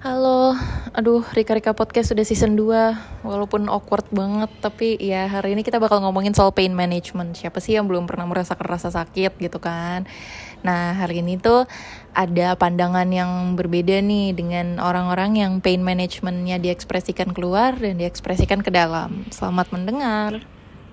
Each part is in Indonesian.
Halo, aduh Rika Podcast sudah season 2. Walaupun awkward banget, tapi ya hari ini kita bakal ngomongin soal pain management. Siapa sih yang belum pernah merasakan rasa sakit gitu kan. Nah hari ini tuh ada pandangan yang berbeda nih dengan orang-orang yang pain managementnya diekspresikan keluar dan diekspresikan ke dalam. Selamat mendengar.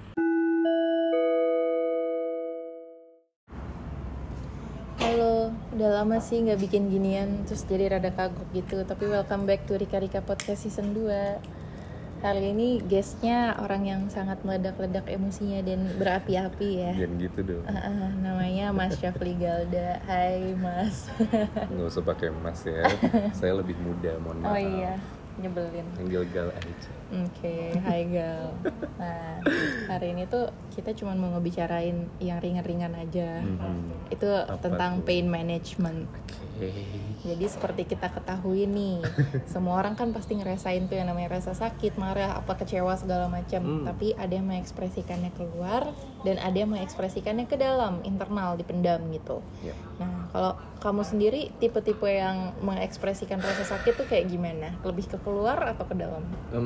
Halo, udah lama sih nggak bikin ginian, terus jadi rada kagok gitu. Tapi welcome back to Rika Podcast season 2. Hari ini guestnya orang yang sangat meledak-ledak emosinya dan berapi-api ya. Jangan gitu dong. Namanya Mas Syafli Galda. Hai Mas. Nggak usah pakai mas ya. Saya lebih muda, mohon maaf. Oh iya, nyebelin. Panggil Gal aja. Oke, hai Gal. Nah, hari ini tuh kita cuma mau ngebicarain yang ringan-ringan aja. Itu Apa tentang tuh? pain management. Oke. Jadi seperti kita ketahui nih, semua orang kan pasti ngerasain tuh yang namanya rasa sakit, marah, apa kecewa segala macam. Tapi ada yang mengekspresikannya keluar dan ada yang mengekspresikannya ke dalam, internal, dipendam gitu. Ya. Nah, kalau kamu sendiri tipe-tipe yang mengekspresikan rasa sakit tuh kayak gimana? Lebih ke keluar atau ke dalam?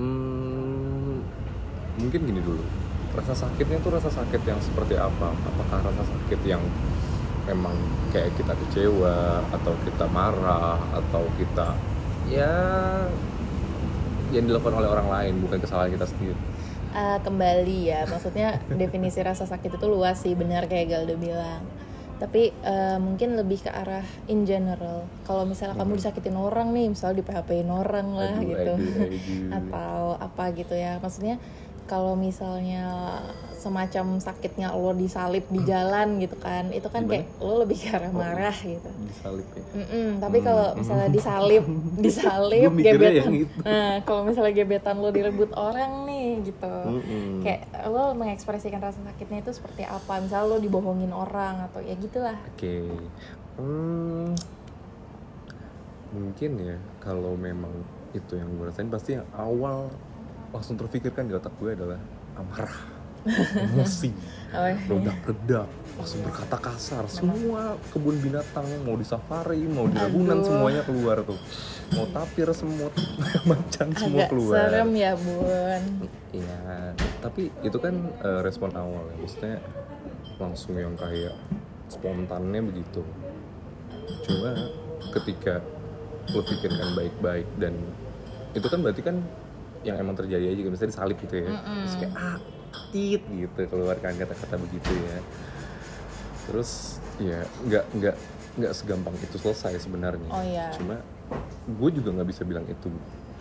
Mungkin gini dulu. Rasa sakitnya tuh rasa sakit yang seperti apa? Apakah rasa sakit yang memang kayak kita kecewa atau kita marah atau kita ya yang dilakukan oleh orang lain, bukan kesalahan kita sendiri. Kembali ya, maksudnya definisi rasa sakit itu luas sih, benar kayak Galdo bilang. Tapi mungkin lebih ke arah in general. Kalau misalnya kamu disakitin orang nih, misalnya di PHP-in orang lah gitu, atau apa gitu ya. Maksudnya kalau misalnya semacam sakitnya lo disalip di jalan gitu kan, itu kan Gimana? kayak lo lebih ke arah marah gitu. Disalip ya. Tapi kalau misalnya disalip Gua mikirnya gebetan. yang itu. Nah, kalau misalnya gebetan lo direbut orang nih gitu. Kayak lo mengekspresikan rasa sakitnya itu seperti apa? Misalnya lo dibohongin orang atau ya gitulah. Oke. Mungkin ya kalau memang itu yang gue rasain, pasti yang awal langsung terfikirkan di otak gue adalah amarah, emosi, meledak-ledak, langsung berkata kasar. Semua kebun binatang, mau di safari, mau di Ragunan, semuanya keluar tuh. Mau tapir, semut, macan, semua Agak keluar. serem ya Bun. Iya, tapi itu kan respon awal ya, maksudnya langsung yang kayak spontannya begitu. Cuma ketika lo pikirkan baik-baik, dan itu kan berarti kan yang emang terjadi aja, misalnya disalip gitu ya, terus kayak tit gitu keluarkan kata-kata begitu ya. Terus ya nggak segampang itu selesai sebenarnya. Oh iya. Cuma gue juga nggak bisa bilang itu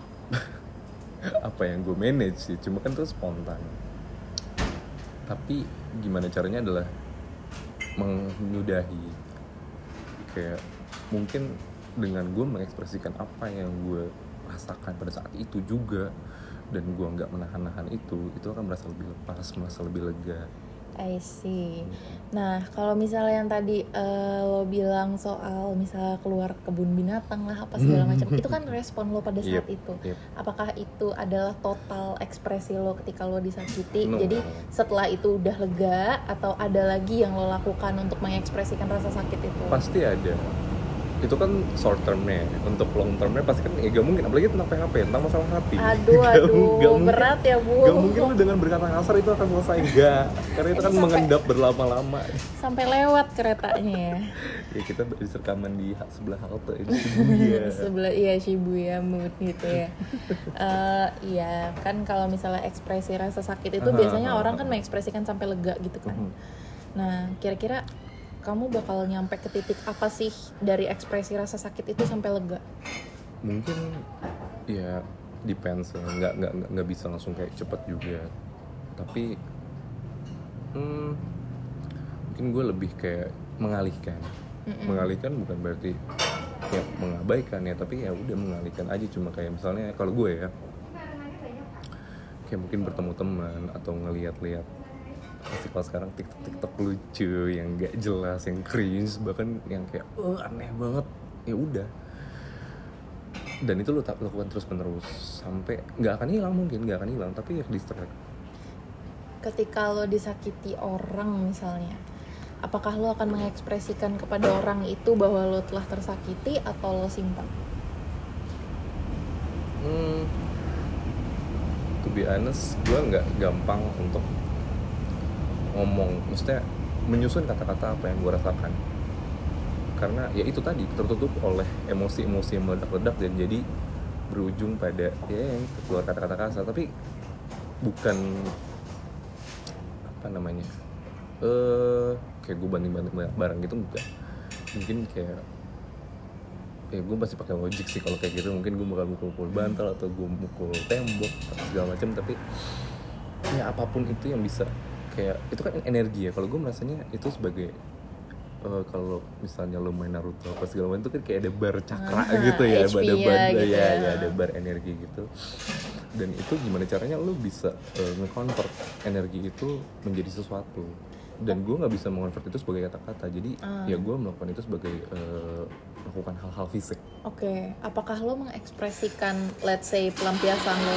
apa yang gue manage sih, cuma kan itu spontan. Tapi gimana caranya adalah menyudahi, kayak mungkin dengan gue mengekspresikan apa yang gue rasakan pada saat itu juga, dan gue nggak menahan-nahan itu akan merasa lebih lepas, merasa lebih lega. I see. Nah, kalau misalnya yang tadi lo bilang soal misalnya keluar kebun binatang lah apa segala macam, itu kan respon lo pada saat itu. Apakah itu adalah total ekspresi lo ketika lo disakiti? No. Jadi setelah itu udah lega, atau ada lagi yang lo lakukan untuk mengekspresikan rasa sakit itu? Pasti ada. Itu kan short termnya. Untuk long termnya pasti kan gak mungkin, apalagi tentang PHP, tentang masalah hati. Aduh, berat ya Bu. Gak mungkin lu dengan berkata kasar itu akan selesai, enggak. Karena itu kan mengendap berlama-lama. Sampai lewat keretanya ya. Ya kita bisa rekaman di sebelah halte itu Shibuya. Sebelah Shibuya mood gitu ya. Iya kan, kalau misalnya ekspresi rasa sakit itu biasanya orang kan mengekspresikan sampai lega gitu kan. Nah, kira-kira kamu bakal nyampe ke titik apa sih dari ekspresi rasa sakit itu sampai lega? Mungkin ya depends ya, nggak bisa langsung kayak cepet juga. Tapi mungkin gue lebih kayak mengalihkan. Mengalihkan bukan berarti ya mengabaikan ya, tapi ya udah mengalihkan aja. Cuma kayak misalnya kalau gue ya, kayak mungkin bertemu teman atau ngeliat-liat festival sekarang TikTok lucu yang gak jelas, yang cringe, bahkan yang kayak aneh banget, ya udah. Dan itu lo lakukan terus menerus sampai nggak akan hilang, tapi ya distract. Ketika lo disakiti orang misalnya, apakah lo akan mengekspresikan kepada orang itu bahwa lo telah tersakiti atau lo simpan? To be honest, gue nggak gampang untuk ngomong, maksudnya menyusun kata-kata apa yang gue rasakan, karena ya itu tadi tertutup oleh emosi-emosi yang meledak-ledak dan jadi berujung pada ya yang keluar kata-kata kasar, tapi bukan apa namanya kayak gue banding-banding barang gitu, enggak. Mungkin kayak ya gue pasti pakai logik sih kalau kayak gitu, mungkin gue bakal mukul bantal atau gue mukul tembok atau segala macam, tapi ya apapun itu yang bisa, kayak itu kan energi ya. Kalau gue merasanya itu sebagai kalau misalnya lo main Naruto apa segala macam itu kan kayak ada bar cakra gitu ya, HP ada bar gitu ya, ya. ada bar energi gitu. Dan itu gimana caranya lo bisa nge-convert energi itu menjadi sesuatu. Dan gue nggak bisa mengonvert itu sebagai kata-kata, jadi ya gue melakukan itu sebagai melakukan hal-hal fisik. Oke. Apakah lo mengekspresikan, let's say, pelampiasan lo?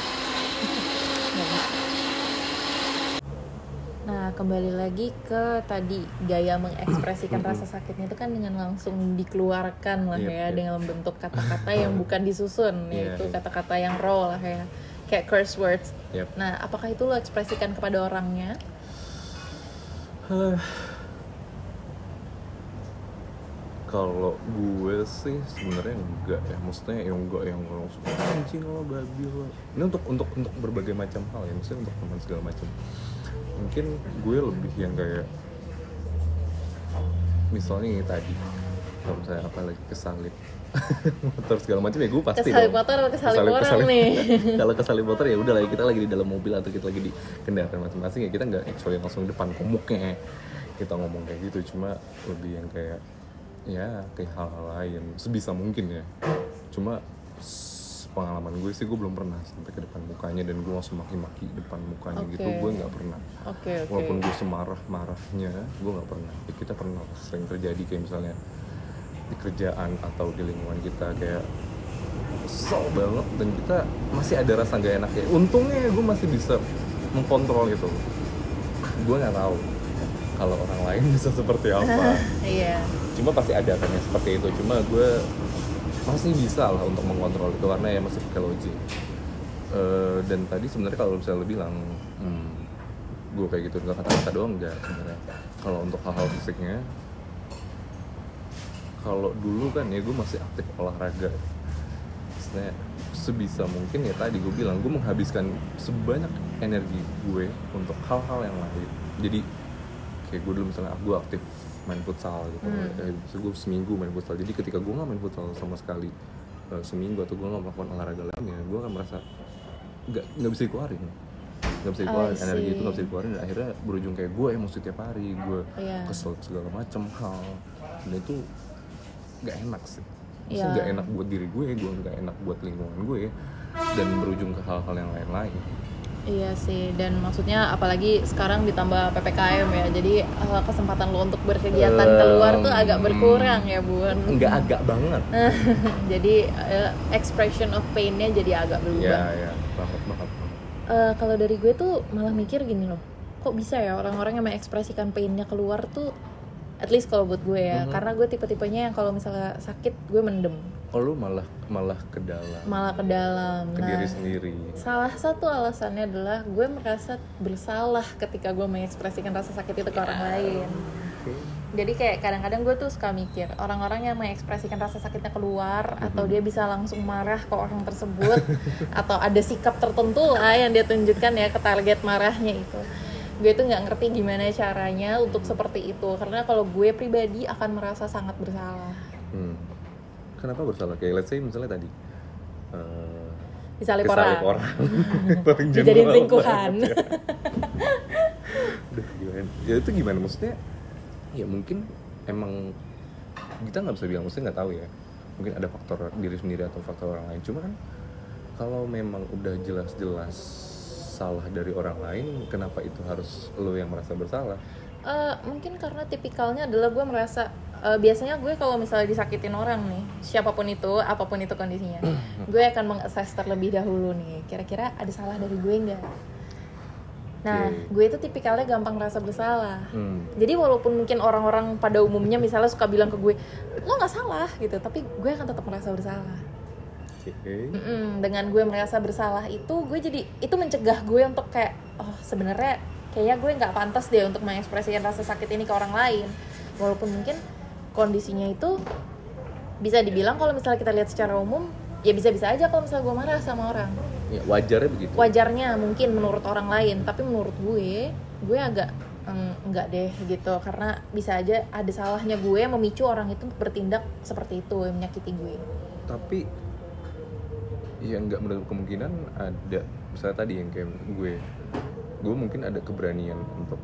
Nah, kembali lagi ke tadi gaya mengekspresikan rasa sakitnya itu kan dengan langsung dikeluarkan lah ya, dengan bentuk kata-kata yang bukan disusun, yaitu kata-kata yang raw lah ya, kayak curse words. Nah, apakah itu lo ekspresikan kepada orangnya? Kalau gue sih sebenarnya enggak ya, maksudnya yang enggak yang langsung anjing lo babi lo. Ini untuk berbagai macam hal ya, maksudnya untuk teman segala macam. Mungkin gue lebih yang kayak misalnya yang tadi, kalau misalnya apa lagi kesalip motor segala macam ya gue pasti kesalip motor atau kesalip orang nih? Kalau kesalip motor ya udah lah, kita lagi di dalam mobil atau kita lagi di kendaraan masing-masing ya, kita nggak actually langsung depan komuknya kita ngomong kayak gitu, cuma lebih yang kayak ya kayak hal-hal lain sebisa mungkin ya. Cuma pengalaman gue sih, gue belum pernah sampai ke depan mukanya dan gue langsung maki-maki depan mukanya gitu, gue nggak pernah. Walaupun gue semarah-marahnya, gue nggak pernah. Ya, kita pernah sering terjadi kayak misalnya di kerjaan atau di lingkungan kita kayak kesel banget dan kita masih ada rasa nggak enak ya. Untungnya gue masih bisa mengkontrol itu. Gue nggak tahu kalau orang lain bisa seperti apa. Iya. Cuma pasti ada kan yang seperti itu. Cuma gue masih bisa lah untuk mengontrol itu karena ya masih pakai logik. Dan tadi sebenarnya kalau misalnya lo bilang gue kayak gitu nggak kata-kata doang, enggak sebenarnya. Kalau untuk hal-hal fisiknya, kalau dulu kan ya gue masih aktif olahraga. Maksudnya sebisa mungkin ya tadi gue bilang, gue menghabiskan sebanyak energi gue untuk hal-hal yang lain. Jadi kayak gue dulu misalnya gue aktif main futsal gitu, gue seminggu main futsal. Jadi ketika gue nggak main futsal sama sekali seminggu atau gue nggak melakukan olahraga lainnya, gue akan merasa nggak bisa dikeluarin, energi itu nggak bisa dikeluarin, dan akhirnya berujung kayak gue emosi tiap hari, gue kesel segala macam hal, dan itu nggak enak sih. Maksudnya nggak enak buat diri gue nggak enak buat lingkungan gue, dan berujung ke hal-hal yang lain-lain. Iya sih, dan maksudnya apalagi sekarang ditambah PPKM ya, jadi kesempatan lo untuk berkegiatan keluar tuh agak berkurang ya Bun. Enggak agak banget. Jadi expression of pain-nya jadi agak berubah. Iya, banget. Kalau dari gue tuh malah mikir gini loh, kok bisa ya orang-orang yang mengekspresikan pain-nya keluar tuh, at least kalau buat gue ya, karena gue tipe-tipenya yang kalau misalnya sakit gue mendem. Oh, lu malah ke dalam. Ke diri sendiri. Salah satu alasannya adalah gue merasa bersalah ketika gue mengekspresikan rasa sakit itu ke orang lain. Jadi kayak kadang-kadang gue tuh suka mikir, orang-orang yang mengekspresikan rasa sakitnya keluar, atau dia bisa langsung marah ke orang tersebut, atau ada sikap tertentu lah yang dia tunjukkan ya ke target marahnya itu. Gue tuh nggak ngerti gimana caranya untuk seperti itu, karena kalau gue pribadi akan merasa sangat bersalah. Kenapa bersalah? Kayak let's say misalnya tadi disalip orang. Dijadiin selingkuhan. Ya itu gimana maksudnya? Ya mungkin emang kita nggak bisa bilang, maksudnya nggak tahu ya. Mungkin ada faktor diri sendiri atau faktor orang lain. Cuma kan kalau memang udah jelas-jelas salah dari orang lain, kenapa itu harus lo yang merasa bersalah? Mungkin karena tipikalnya adalah gue merasa biasanya gue kalau misalnya disakitin orang nih, siapapun itu, apapun itu kondisinya, gue akan meng-assess terlebih dahulu nih, kira-kira ada salah dari gue nggak? Nah, gue itu tipikalnya gampang merasa bersalah. Jadi walaupun mungkin orang-orang pada umumnya misalnya suka bilang ke gue, lo nggak salah gitu, tapi gue akan tetap merasa bersalah. Dengan gue merasa bersalah itu, gue jadi itu mencegah gue untuk kayak sebenarnya kayaknya gue nggak pantas deh untuk mengekspresikan rasa sakit ini ke orang lain, walaupun mungkin kondisinya itu bisa dibilang kalau misalnya kita lihat secara umum ya bisa-bisa aja kalau misalnya gue marah sama orang. Ya wajarnya begitu. Wajarnya mungkin menurut orang lain, tapi menurut gue agak enggak deh gitu, karena bisa aja ada salahnya gue memicu orang itu bertindak seperti itu, menyakiti gue. Tapi ya nggak menutup kemungkinan ada, misalnya tadi yang kayak gue mungkin ada keberanian untuk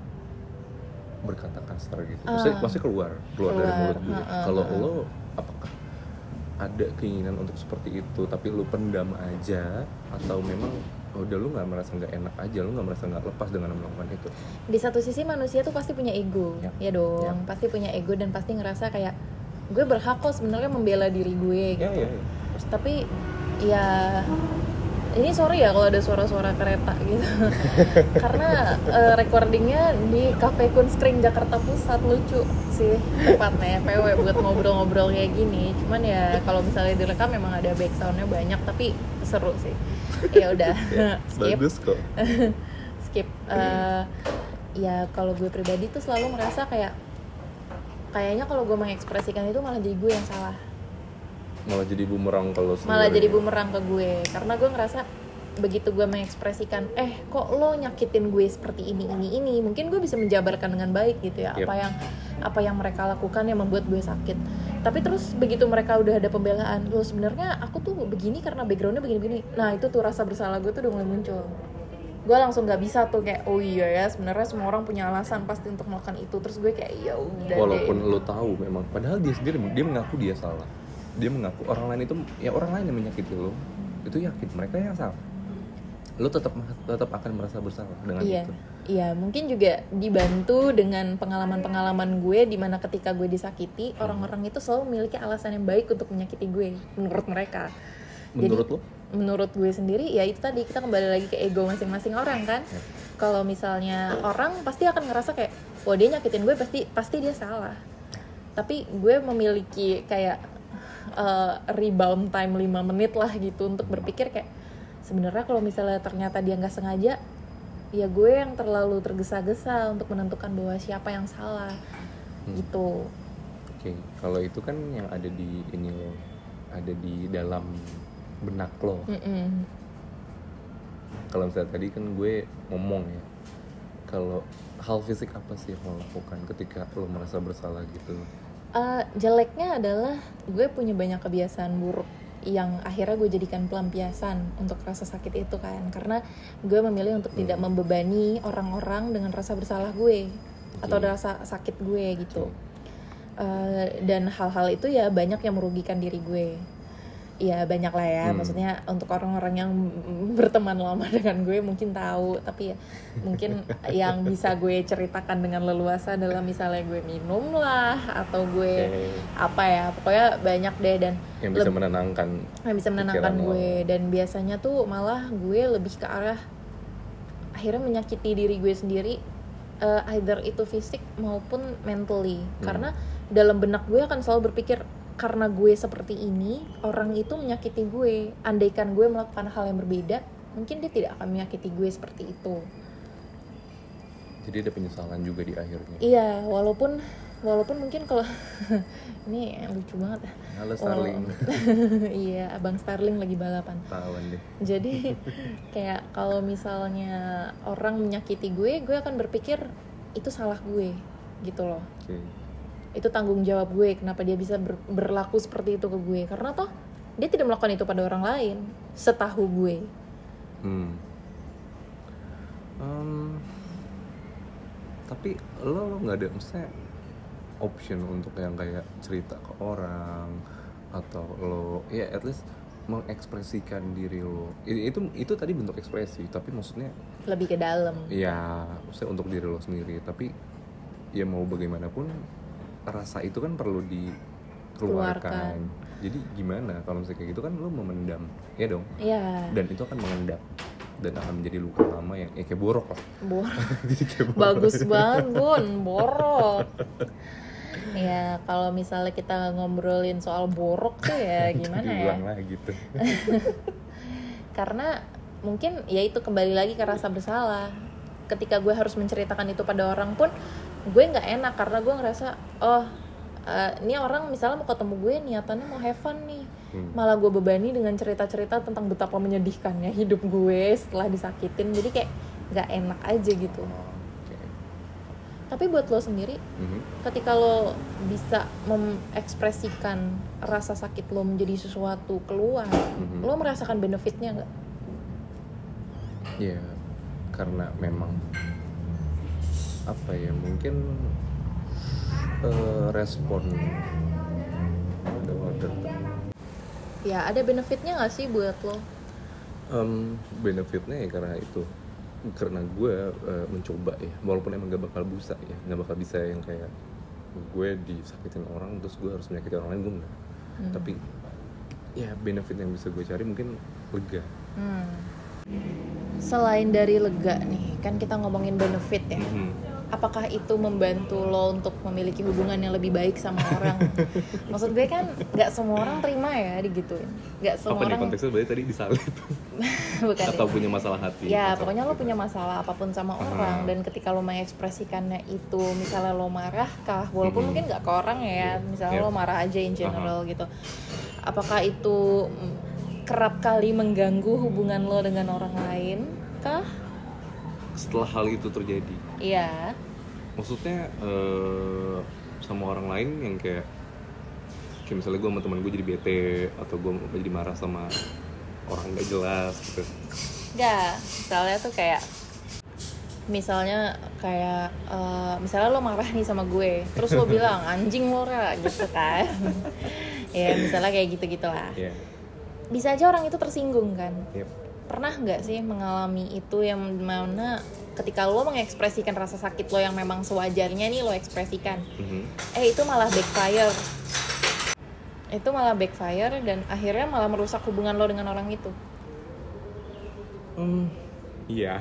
berkata kasar gitu, maksudnya keluar dari mulut gue. Kalau lo apakah ada keinginan untuk seperti itu tapi lu pendam aja, atau memang udah lu nggak merasa nggak enak aja, lu nggak merasa nggak lepas dengan melakukan itu? Di satu sisi manusia tuh pasti punya ego, ya dong, pasti punya ego dan pasti ngerasa kayak gue berhak kok sebenarnya membela diri gue gitu. Ya. Tapi ya ini sorry ya kalau ada suara-suara kereta gitu karena recordingnya di Cafe Kunskring Jakarta Pusat, lucu sih tempatnya, PW buat ngobrol-ngobrol kayak gini. Cuman ya kalau misalnya direkam memang ada back soundnya banyak, tapi seru sih. Ya udah skip. Bagus kok. Skip. Ya kalau gue pribadi tuh selalu merasa kayaknya kalau gue mengekspresikan itu malah jadi gue yang salah. Malah jadi bumerang kalau sebenarnya. Malah jadi bumerang ke gue, karena gue ngerasa begitu gue mengekspresikan kok lo nyakitin gue seperti ini, mungkin gue bisa menjabarkan dengan baik gitu ya. Apa yang mereka lakukan yang membuat gue sakit. Tapi terus begitu mereka udah ada pembelaan, lo sebenarnya aku tuh begini karena backgroundnya begini. Nah itu tuh rasa bersalah gue tuh udah mulai muncul. Gue langsung nggak bisa tuh kayak oh iya ya, sebenarnya semua orang punya alasan pasti untuk melakukan itu. Terus gue kayak ya udah. Walaupun lo tahu memang, padahal dia sendiri dia mengaku dia salah. Dia mengaku orang lain itu ya orang lain yang menyakiti lo, itu yakin mereka yang salah. Lo tetap akan merasa bersalah dengan itu. Iya, mungkin juga dibantu dengan pengalaman-pengalaman gue di mana ketika gue disakiti, orang-orang itu selalu memiliki alasan yang baik untuk menyakiti gue menurut mereka. Menurut lo? Menurut gue sendiri ya itu tadi, kita kembali lagi ke ego masing-masing orang kan. Kalau misalnya orang pasti akan ngerasa kayak wah dia nyakitin gue, pasti dia salah. Tapi gue memiliki kayak rebound time 5 menit lah gitu untuk berpikir kayak sebenarnya kalau misalnya ternyata dia nggak sengaja, ya gue yang terlalu tergesa-gesa untuk menentukan bahwa siapa yang salah gitu. Oke, kalau itu kan yang ada di ini lo, ada di dalam benak lo. Kalau misalnya tadi kan gue ngomong ya, kalau hal fisik apa sih yang lo lakukan ketika lo merasa bersalah gitu? Jeleknya adalah gue punya banyak kebiasaan buruk yang akhirnya gue jadikan pelampiasan untuk rasa sakit itu kan, karena gue memilih untuk tidak membebani orang-orang dengan rasa bersalah gue atau rasa sakit gue gitu. Dan hal-hal itu ya banyak yang merugikan diri gue. Ya banyak lah ya, maksudnya untuk orang-orang yang berteman lama dengan gue mungkin tahu, tapi ya mungkin yang bisa gue ceritakan dengan leluasa adalah misalnya gue minum lah, atau gue apa ya, pokoknya banyak deh, dan yang bisa menenangkan gue. Dan biasanya tuh malah gue lebih ke arah akhirnya menyakiti diri gue sendiri, either itu fisik maupun mentally. Karena dalam benak gue akan selalu berpikir, karena gue seperti ini, orang itu menyakiti gue. Andaikan gue melakukan hal yang berbeda, mungkin dia tidak akan menyakiti gue seperti itu. Jadi ada penyesalan juga di akhirnya. Iya, walaupun mungkin kalau ini lucu banget ya. Halo Starling. Iya, Abang Starling lagi balapan. Tawan deh. Jadi kayak kalau misalnya orang menyakiti gue akan berpikir itu salah gue gitu loh. Itu tanggung jawab gue, kenapa dia bisa berlaku seperti itu ke gue, karena toh dia tidak melakukan itu pada orang lain setahu gue. Tapi lo nggak ada maksudnya option untuk yang kayak cerita ke orang, atau lo ya at least mengekspresikan diri lo. Itu tadi bentuk ekspresi, tapi maksudnya lebih ke dalam. Ya maksudnya untuk diri lo sendiri, tapi ya mau bagaimanapun rasa itu kan perlu dikeluarkan. Jadi gimana kalau misalnya kayak gitu kan lo memendam, ya dong? Iya. Dan itu akan mengendap dan akan menjadi luka lama yang kayak borok lah. Jadi kayak borok. Bagus banget Bun, borok. Ya kalau misalnya kita ngobrolin soal borok tuh ya gimana ya? Diulang lagi gitu. Karena mungkin ya itu kembali lagi ke rasa bersalah. Ketika gue harus menceritakan itu pada orang pun gue nggak enak karena gue ngerasa ini orang misalnya mau ketemu gue niatannya mau have fun nih, malah gue bebani dengan cerita-cerita tentang betapa menyedihkannya hidup gue setelah disakitin, jadi kayak nggak enak aja gitu. Tapi buat lo sendiri, ketika lo bisa mengekspresikan rasa sakit lo menjadi sesuatu keluar, lo merasakan benefitnya nggak? Ya, karena memang apa ya, mungkin respon order. Ya ada benefitnya nggak sih buat lo? Benefitnya ya karena itu, karena gue mencoba ya, walaupun emang gak bakal bisa yang kayak gue disakitin orang terus gue harus menyakiti orang lain, gue enggak. Tapi ya benefit yang bisa gue cari mungkin lega. Selain dari lega nih, kan kita ngomongin benefit ya. Apakah itu membantu lo untuk memiliki hubungan yang lebih baik sama orang? Maksud gue kan nggak semua orang terima ya digituin. Nggak semua apa orang. Nih konteksnya berarti tadi disalib? Bukan atau ya? Punya masalah hati? Ya pokoknya lo punya masalah apapun sama orang, dan ketika lo mengekspresikannya itu, misalnya lo marah kah, walaupun mungkin nggak ke orang ya, misalnya lo marah aja in general gitu. Apakah itu kerap kali mengganggu hubungan lo dengan orang lain kah? Setelah hal itu terjadi? Iya. Maksudnya sama orang lain yang kayak misalnya gue sama teman gue jadi bete atau gue jadi marah sama orang nggak jelas gitu? Nggak, misalnya tuh kayak misalnya lo marah nih sama gue, terus lo bilang anjing lo Ra, gitu kan. Ya misalnya kayak gitu-gitulah. Yeah. Bisa aja orang itu tersinggung kan. Yep. Pernah nggak sih mengalami itu yang mana ketika lo mengekspresikan rasa sakit lo yang memang sewajarnya nih lo ekspresikan, itu malah backfire dan akhirnya malah merusak hubungan lo dengan orang itu? Iya.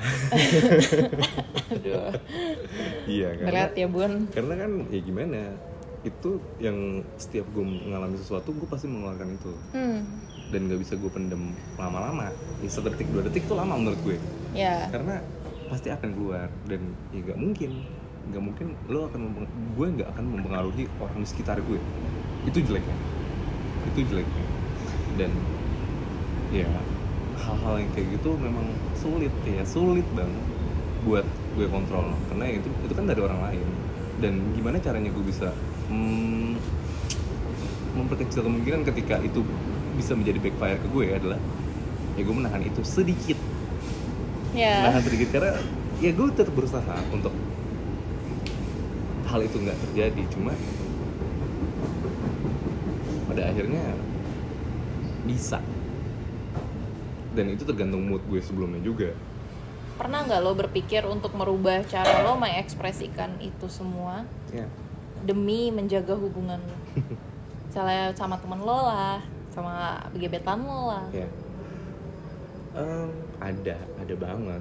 Aduh. Iya kan. Berat ya Bun. Karena kan ya gimana, itu yang setiap gue mengalami sesuatu gue pasti mengeluarkan itu. Dan gak bisa gue pendem lama-lama. Ya 1 detik 2 detik tuh lama menurut gue. Ya. Karena pasti akan keluar dan ya gak mungkin gue gak akan mempengaruhi orang di sekitar gue. Itu jeleknya. Dan ya hal-hal yang kayak gitu memang sulit banget buat gue kontrol, karena itu kan dari orang lain. Dan gimana caranya gue bisa memperkecil kemungkinan ketika itu bisa menjadi backfire ke gue adalah ya gue menahan itu sedikit. Menahan sedikit, karena ya gue tetap berusaha untuk hal itu nggak terjadi. Cuma pada akhirnya bisa, dan itu tergantung mood gue sebelumnya juga. Pernah nggak lo berpikir untuk merubah cara lo mengekspresikan itu semua demi menjaga hubungan lo? Misalnya sama temen lo lah, sama gebetan lo lah. Ada banget.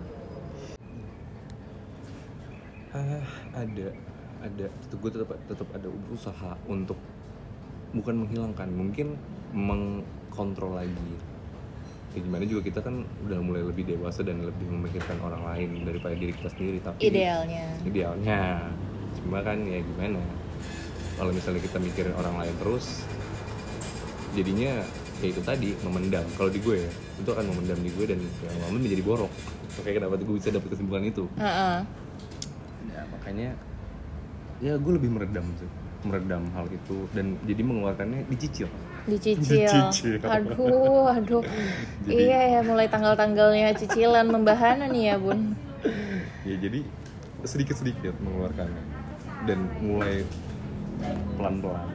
Ada. Gue tetap ada usaha untuk bukan menghilangkan, mungkin mengkontrol lagi. Ya gimana juga kita kan udah mulai lebih dewasa dan lebih memikirkan orang lain daripada diri kita sendiri. Tapi idealnya cuma kan ya gimana, kalau misalnya kita mikirin orang lain terus, jadinya ya itu tadi, memendam. Kalau di gue ya, itu akan memendam di gue dan ya lama-lama menjadi borok. Makanya kenapa gue bisa dapet kesimpulan itu. Ya makanya ya gue lebih meredam hal itu, dan jadi mengeluarkannya dicicil. Aduh. Jadi, iya ya, mulai tanggal-tanggalnya cicilan membahana nih ya Bun. Ya jadi sedikit-sedikit mengeluarkannya dan mulai pelan-pelan.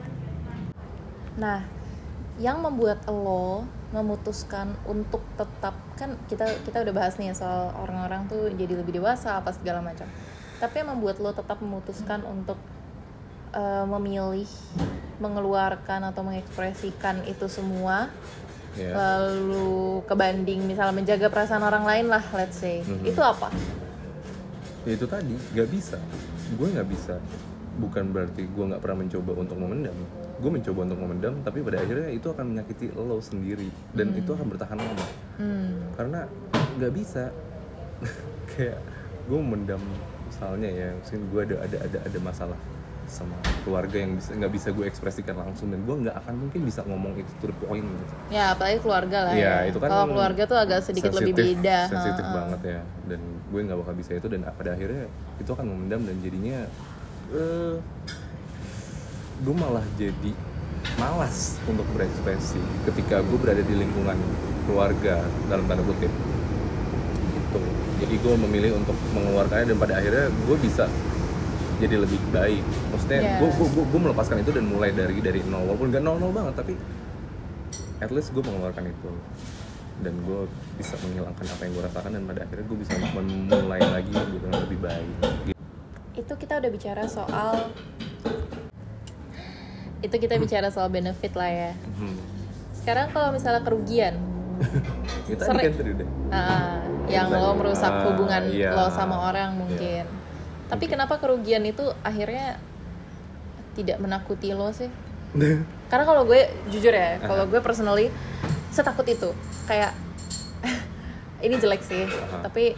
Nah, yang membuat lo memutuskan untuk tetap, kan kita udah bahas nih soal orang-orang tuh jadi lebih dewasa apa segala macam. Tapi yang membuat lo tetap memutuskan untuk memilih mengeluarkan atau mengekspresikan itu semua, lalu kebanding misalnya menjaga perasaan orang lain lah, let's say, itu apa? Ya itu tadi, gue nggak bisa bukan berarti gue nggak pernah mencoba untuk memendam. Gue mencoba untuk memendam, tapi pada akhirnya itu akan menyakiti lo sendiri dan itu akan bertahan lama. Karena nggak bisa kayak gue memendam misalnya ya, misalnya gue ada masalah sama keluarga yang nggak bisa gue ekspresikan langsung, dan gue nggak akan mungkin bisa ngomong itu to the point gitu. Ya apalagi keluarga lah ya. Itu kan kalau keluarga tuh agak sedikit lebih beda, sensitif banget ya, dan gue nggak bakal bisa itu, dan pada akhirnya itu akan memendam dan jadinya gue malah jadi malas untuk berekspresi ketika gue berada di lingkungan keluarga dalam tanda kutip gitu. Jadi gue memilih untuk mengeluarkannya dan pada akhirnya gue bisa jadi lebih baik. Maksudnya gue melepaskan itu dan mulai dari nol, walaupun nggak nol banget, tapi at least gue mengeluarkan itu dan gue bisa menghilangkan apa yang gue rasakan dan pada akhirnya gue bisa memulai lagi dengan lebih baik. Itu kita udah bicara soal benefit lah ya. Sekarang kalau misalnya kerugian kita kan tadi udah yang lo merusak hubungan lo sama orang mungkin. Tapi kenapa kerugian itu akhirnya tidak menakuti lo sih? Karena kalau gue jujur ya, kalau gue personally setakut itu. Kayak ini jelek sih, tapi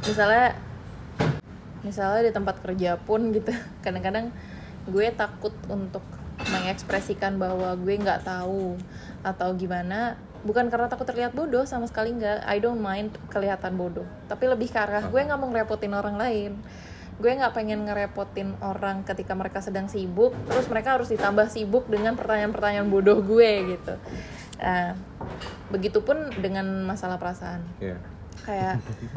misalnya di tempat kerja pun gitu, kadang-kadang gue takut untuk mengekspresikan bahwa gue nggak tahu atau gimana. Bukan karena takut terlihat bodoh, sama sekali nggak. I don't mind kelihatan bodoh, tapi lebih ke arah gue nggak mau ngerepotin orang lain. Gue nggak pengen ngerepotin orang ketika mereka sedang sibuk, terus mereka harus ditambah sibuk dengan pertanyaan-pertanyaan bodoh gue gitu. Begitupun dengan masalah perasaan. Kayak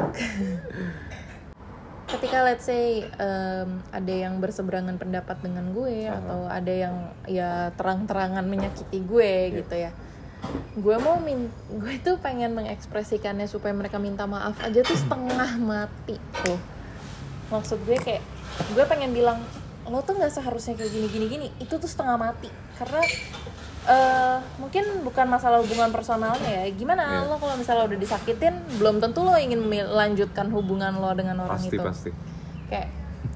ketika let's say ada yang berseberangan pendapat dengan gue atau ada yang ya terang-terangan menyakiti gue gitu ya, gue tuh pengen mengekspresikannya supaya mereka minta maaf aja tuh setengah mati tuh. Maksud gue kayak gue pengen bilang lo tuh nggak seharusnya kayak gini, itu tuh setengah mati karena mungkin bukan masalah hubungan personalnya ya. Gimana lo kalau misalnya udah disakitin, belum tentu lo ingin melanjutkan hubungan lo dengan orang itu. Pasti. Kayak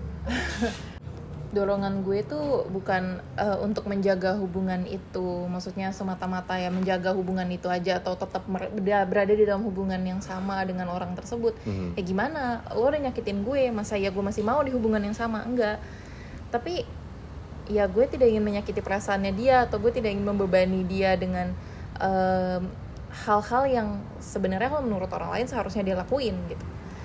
dorongan gue tuh bukan untuk menjaga hubungan itu, maksudnya semata-mata ya menjaga hubungan itu aja atau tetap berada di dalam hubungan yang sama dengan orang tersebut. Ya gimana, lo udah nyakitin gue, masa ya gue masih mau di hubungan yang sama? Enggak. Tapi ya gue tidak ingin menyakiti perasaannya dia, atau gue tidak ingin membebani dia dengan hal-hal yang sebenarnya kalau menurut orang lain seharusnya dia lakuin gitu.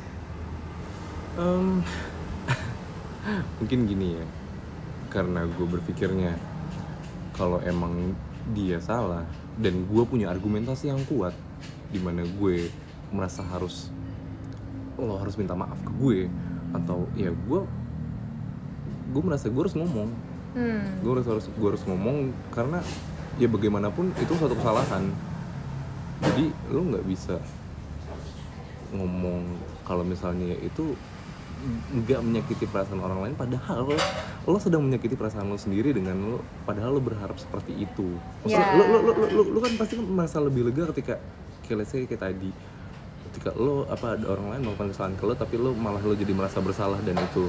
Mungkin gini ya, karena gue berpikirnya kalau emang dia salah dan gue punya argumentasi yang kuat di mana gue merasa lo harus minta maaf ke gue, atau ya gue merasa gue harus ngomong. Gue harus ngomong karena ya bagaimanapun itu suatu kesalahan. Jadi lo nggak bisa ngomong kalau misalnya itu nggak menyakiti perasaan orang lain, padahal lo sedang menyakiti perasaan lo sendiri dengan lo, padahal lo berharap seperti itu. Lo kan pasti merasa lebih lega ketika kayak tadi, ketika lo ada orang lain melakukan kesalahan ke lo, tapi lo jadi merasa bersalah, dan itu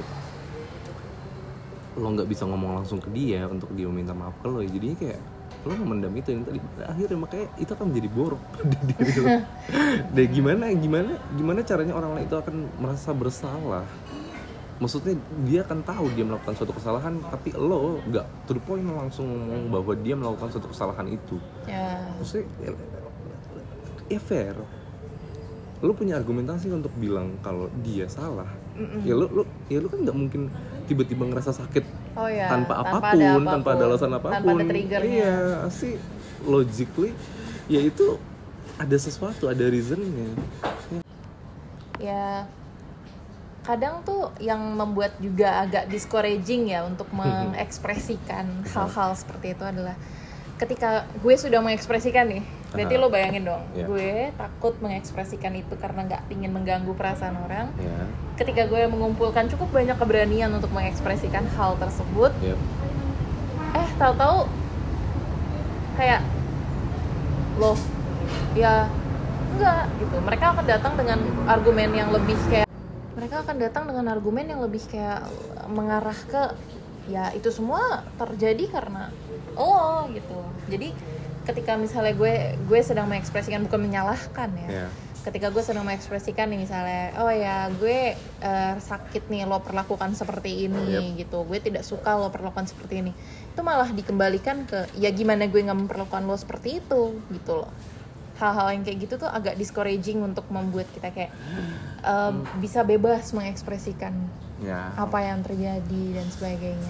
lo nggak bisa ngomong langsung ke dia untuk dia meminta maaf ke lo, ya jadinya kayak lo memendam itu yang tadi, akhirnya makanya itu akan menjadi borok pada diri lo. Dan gimana caranya orang lain itu akan merasa bersalah? Maksudnya dia akan tahu dia melakukan suatu kesalahan, tapi lo nggak to the point langsung ngomong bahwa dia melakukan suatu kesalahan itu. Maksudnya ya fair, lo punya argumentasi untuk bilang kalau dia salah. Ya lo kan nggak mungkin tiba-tiba ngerasa sakit tanpa ada alasan apapun, tanpa ada triggernya. Iya sih, logically ya itu ada sesuatu, ada reasonnya. Ya kadang tuh yang membuat juga agak discouraging ya untuk mengekspresikan hal-hal seperti itu adalah ketika gue sudah mengekspresikan nih, berarti lo bayangin dong, gue takut mengekspresikan itu karena nggak ingin mengganggu perasaan orang. Ketika gue mengumpulkan cukup banyak keberanian untuk mengekspresikan hal tersebut, tahu-tahu kayak lo, ya enggak gitu. Mereka akan datang dengan argumen yang lebih kayak mengarah ke ya itu semua terjadi karena lo gitu. Jadi ketika misalnya gue sedang mengekspresikan, bukan menyalahkan ya, ketika gue sedang mengekspresikan nih misalnya, oh ya gue sakit nih, lo perlakukan seperti ini gitu, gue tidak suka lo perlakukan seperti ini, itu malah dikembalikan ke ya gimana gue nggak memperlakukan lo seperti itu gitu loh. Hal-hal yang kayak gitu tuh agak discouraging untuk membuat kita kayak bisa bebas mengekspresikan apa yang terjadi dan sebagainya.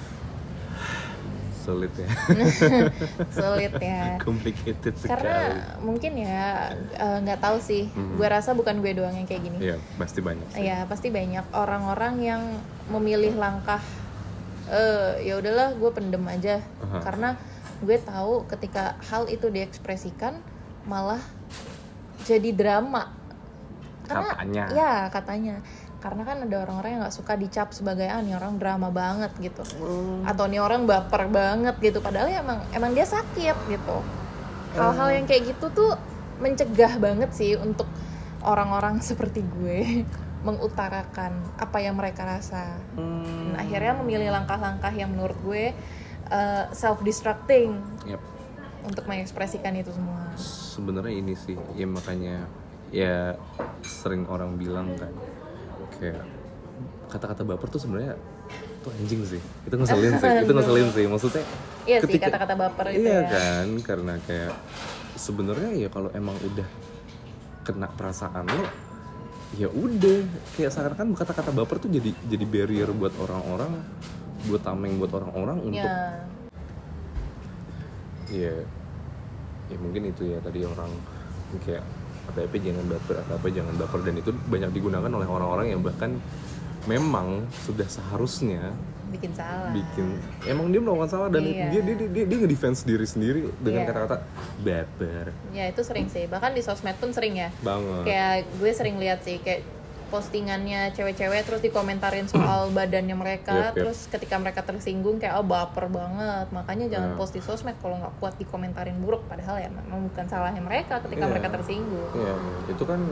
Sulit ya. Sulit ya. Complicated sekali. Karena mungkin ya nggak tahu sih. Gue rasa bukan gue doang yang kayak gini. Iya, pasti banyak sih. Iya, pasti banyak orang-orang yang memilih langkah ya udahlah gue pendem aja. Karena gue tahu ketika hal itu diekspresikan malah jadi drama. Karena, katanya. Ya, katanya. Karena kan ada orang-orang yang nggak suka dicap sebagai nih orang drama banget gitu, atau nih orang baper banget gitu, padahal ya emang dia sakit gitu. Hal-hal yang kayak gitu tuh mencegah banget sih untuk orang-orang seperti gue mengutarakan apa yang mereka rasa. Dan akhirnya memilih langkah-langkah yang menurut gue self-destructing untuk mengekspresikan itu semua. Sebenarnya ini sih ya, makanya ya sering orang bilang kan kayak kata-kata baper tuh sebenarnya tuh anjing sih, itu ngeselin sih maksudnya. Iya sih, kata-kata baper itu iya ya. Kan karena kayak sebenarnya ya kalau emang udah kena perasaan lo ya udah, kayak seakan-akan kata-kata baper tuh jadi barrier buat orang-orang, buat tameng buat orang-orang untuk ya mungkin itu ya tadi orang kayak apa jangan baper, dan itu banyak digunakan oleh orang-orang yang bahkan memang sudah seharusnya emang dia melakukan salah, dan dia nge-defense diri sendiri dengan kata-kata baper. Ya itu sering sih, bahkan di sosmed pun sering ya. Banget. Kayak gue sering lihat sih kayak postingannya cewek-cewek terus dikomentarin soal badannya mereka, terus ketika mereka tersinggung kayak baper banget, makanya jangan post di sosmed kalau nggak kuat dikomentarin buruk, padahal ya memang bukan salahnya mereka ketika mereka tersinggung. Itu kan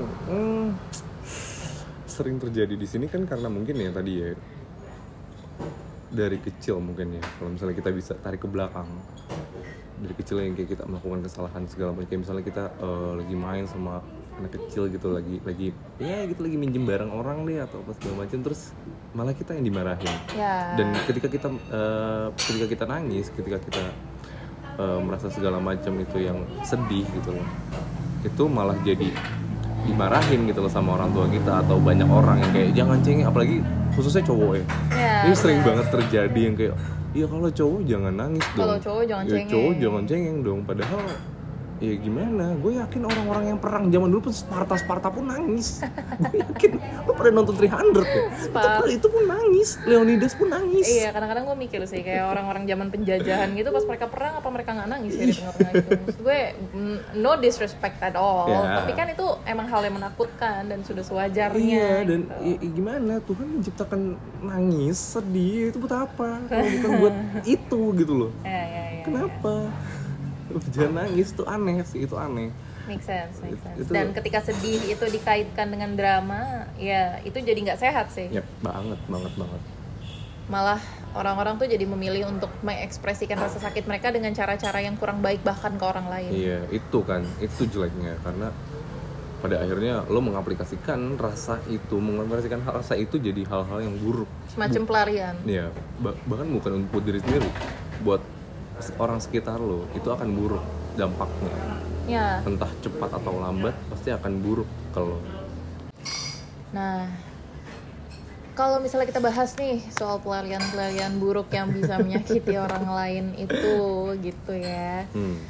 sering terjadi di sini kan karena mungkin ya tadi ya dari kecil mungkin ya, kalau misalnya kita bisa tarik ke belakang dari kecil yang kayak kita melakukan kesalahan segala macam, kayak misalnya kita lagi main sama anak kecil gitu, lagi minjem barang orang deh atau apa segala macam, terus malah kita yang dimarahin. Dan ketika kita nangis, ketika kita merasa segala macam itu yang sedih gitu loh, itu malah jadi dimarahin gitu loh sama orang tua kita atau banyak orang yang kayak jangan cengeng, apalagi khususnya cowok ya. Ini sering banget terjadi yang kayak iya kalau cowok jangan nangis dong, kalau cowok jangan cengeng. Cowok jangan cengeng dong, padahal ya gimana, gue yakin orang-orang yang perang zaman dulu pun Sparta pun nangis. Gue yakin, lo pada nonton 300 ya? Itu pun nangis, Leonidas pun nangis. Iya, kadang-kadang gue mikir sih kayak orang-orang zaman penjajahan gitu, pas mereka perang apa mereka nggak nangis ya di tengah-tengah itu. Maksud gue no disrespect at all, tapi kan itu emang hal yang menakutkan dan sudah sewajarnya. Dan gimana, Tuhan menciptakan nangis, sedih, itu buat apa? Kalau bukan buat itu gitu loh. Kenapa? Jangan nangis, itu aneh sih, itu aneh. Make sense. Dan ketika sedih itu dikaitkan dengan drama, ya itu jadi nggak sehat sih. Banget. Malah orang-orang tuh jadi memilih untuk mengekspresikan rasa sakit mereka dengan cara-cara yang kurang baik bahkan ke orang lain. Iya, itu jeleknya, karena pada akhirnya lo mengaplikasikan rasa itu jadi hal-hal yang buruk. Semacam pelarian. Iya, bahkan bukan untuk diri sendiri, buat orang sekitar lo itu akan buruk dampaknya. Entah cepat atau lambat pasti akan buruk kalau. Nah, kalau misalnya kita bahas nih soal pelarian buruk yang bisa menyakiti orang lain itu gitu ya.